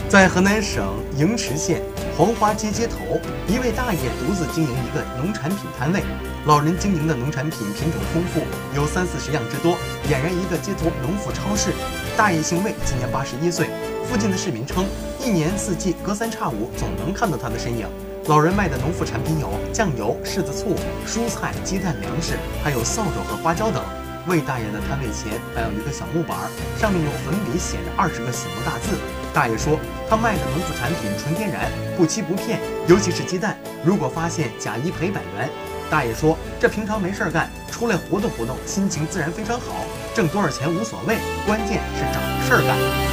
在河南省营池县黄花街街头，一位大爷独自经营一个农产品摊位。老人经营的农产品品种丰富，有30-40样之多，俨然一个街头农副超市。大爷姓魏，今年81岁。附近的市民称，一年四季隔3差5总能看到他的身影。老人卖的农副产品有酱油、柿子醋、蔬菜、鸡蛋、粮食，还有扫帚和花椒等。魏大爷的摊位前摆有一个小木板，上面用粉笔写着20个醒目大字。大爷说，他卖的农副产品纯天然，不欺不骗，尤其是鸡蛋，如果发现假一赔100元。大爷说，这平常没事干，出来活动活动，心情自然非常好，挣多少钱无所谓，关键是找事儿干。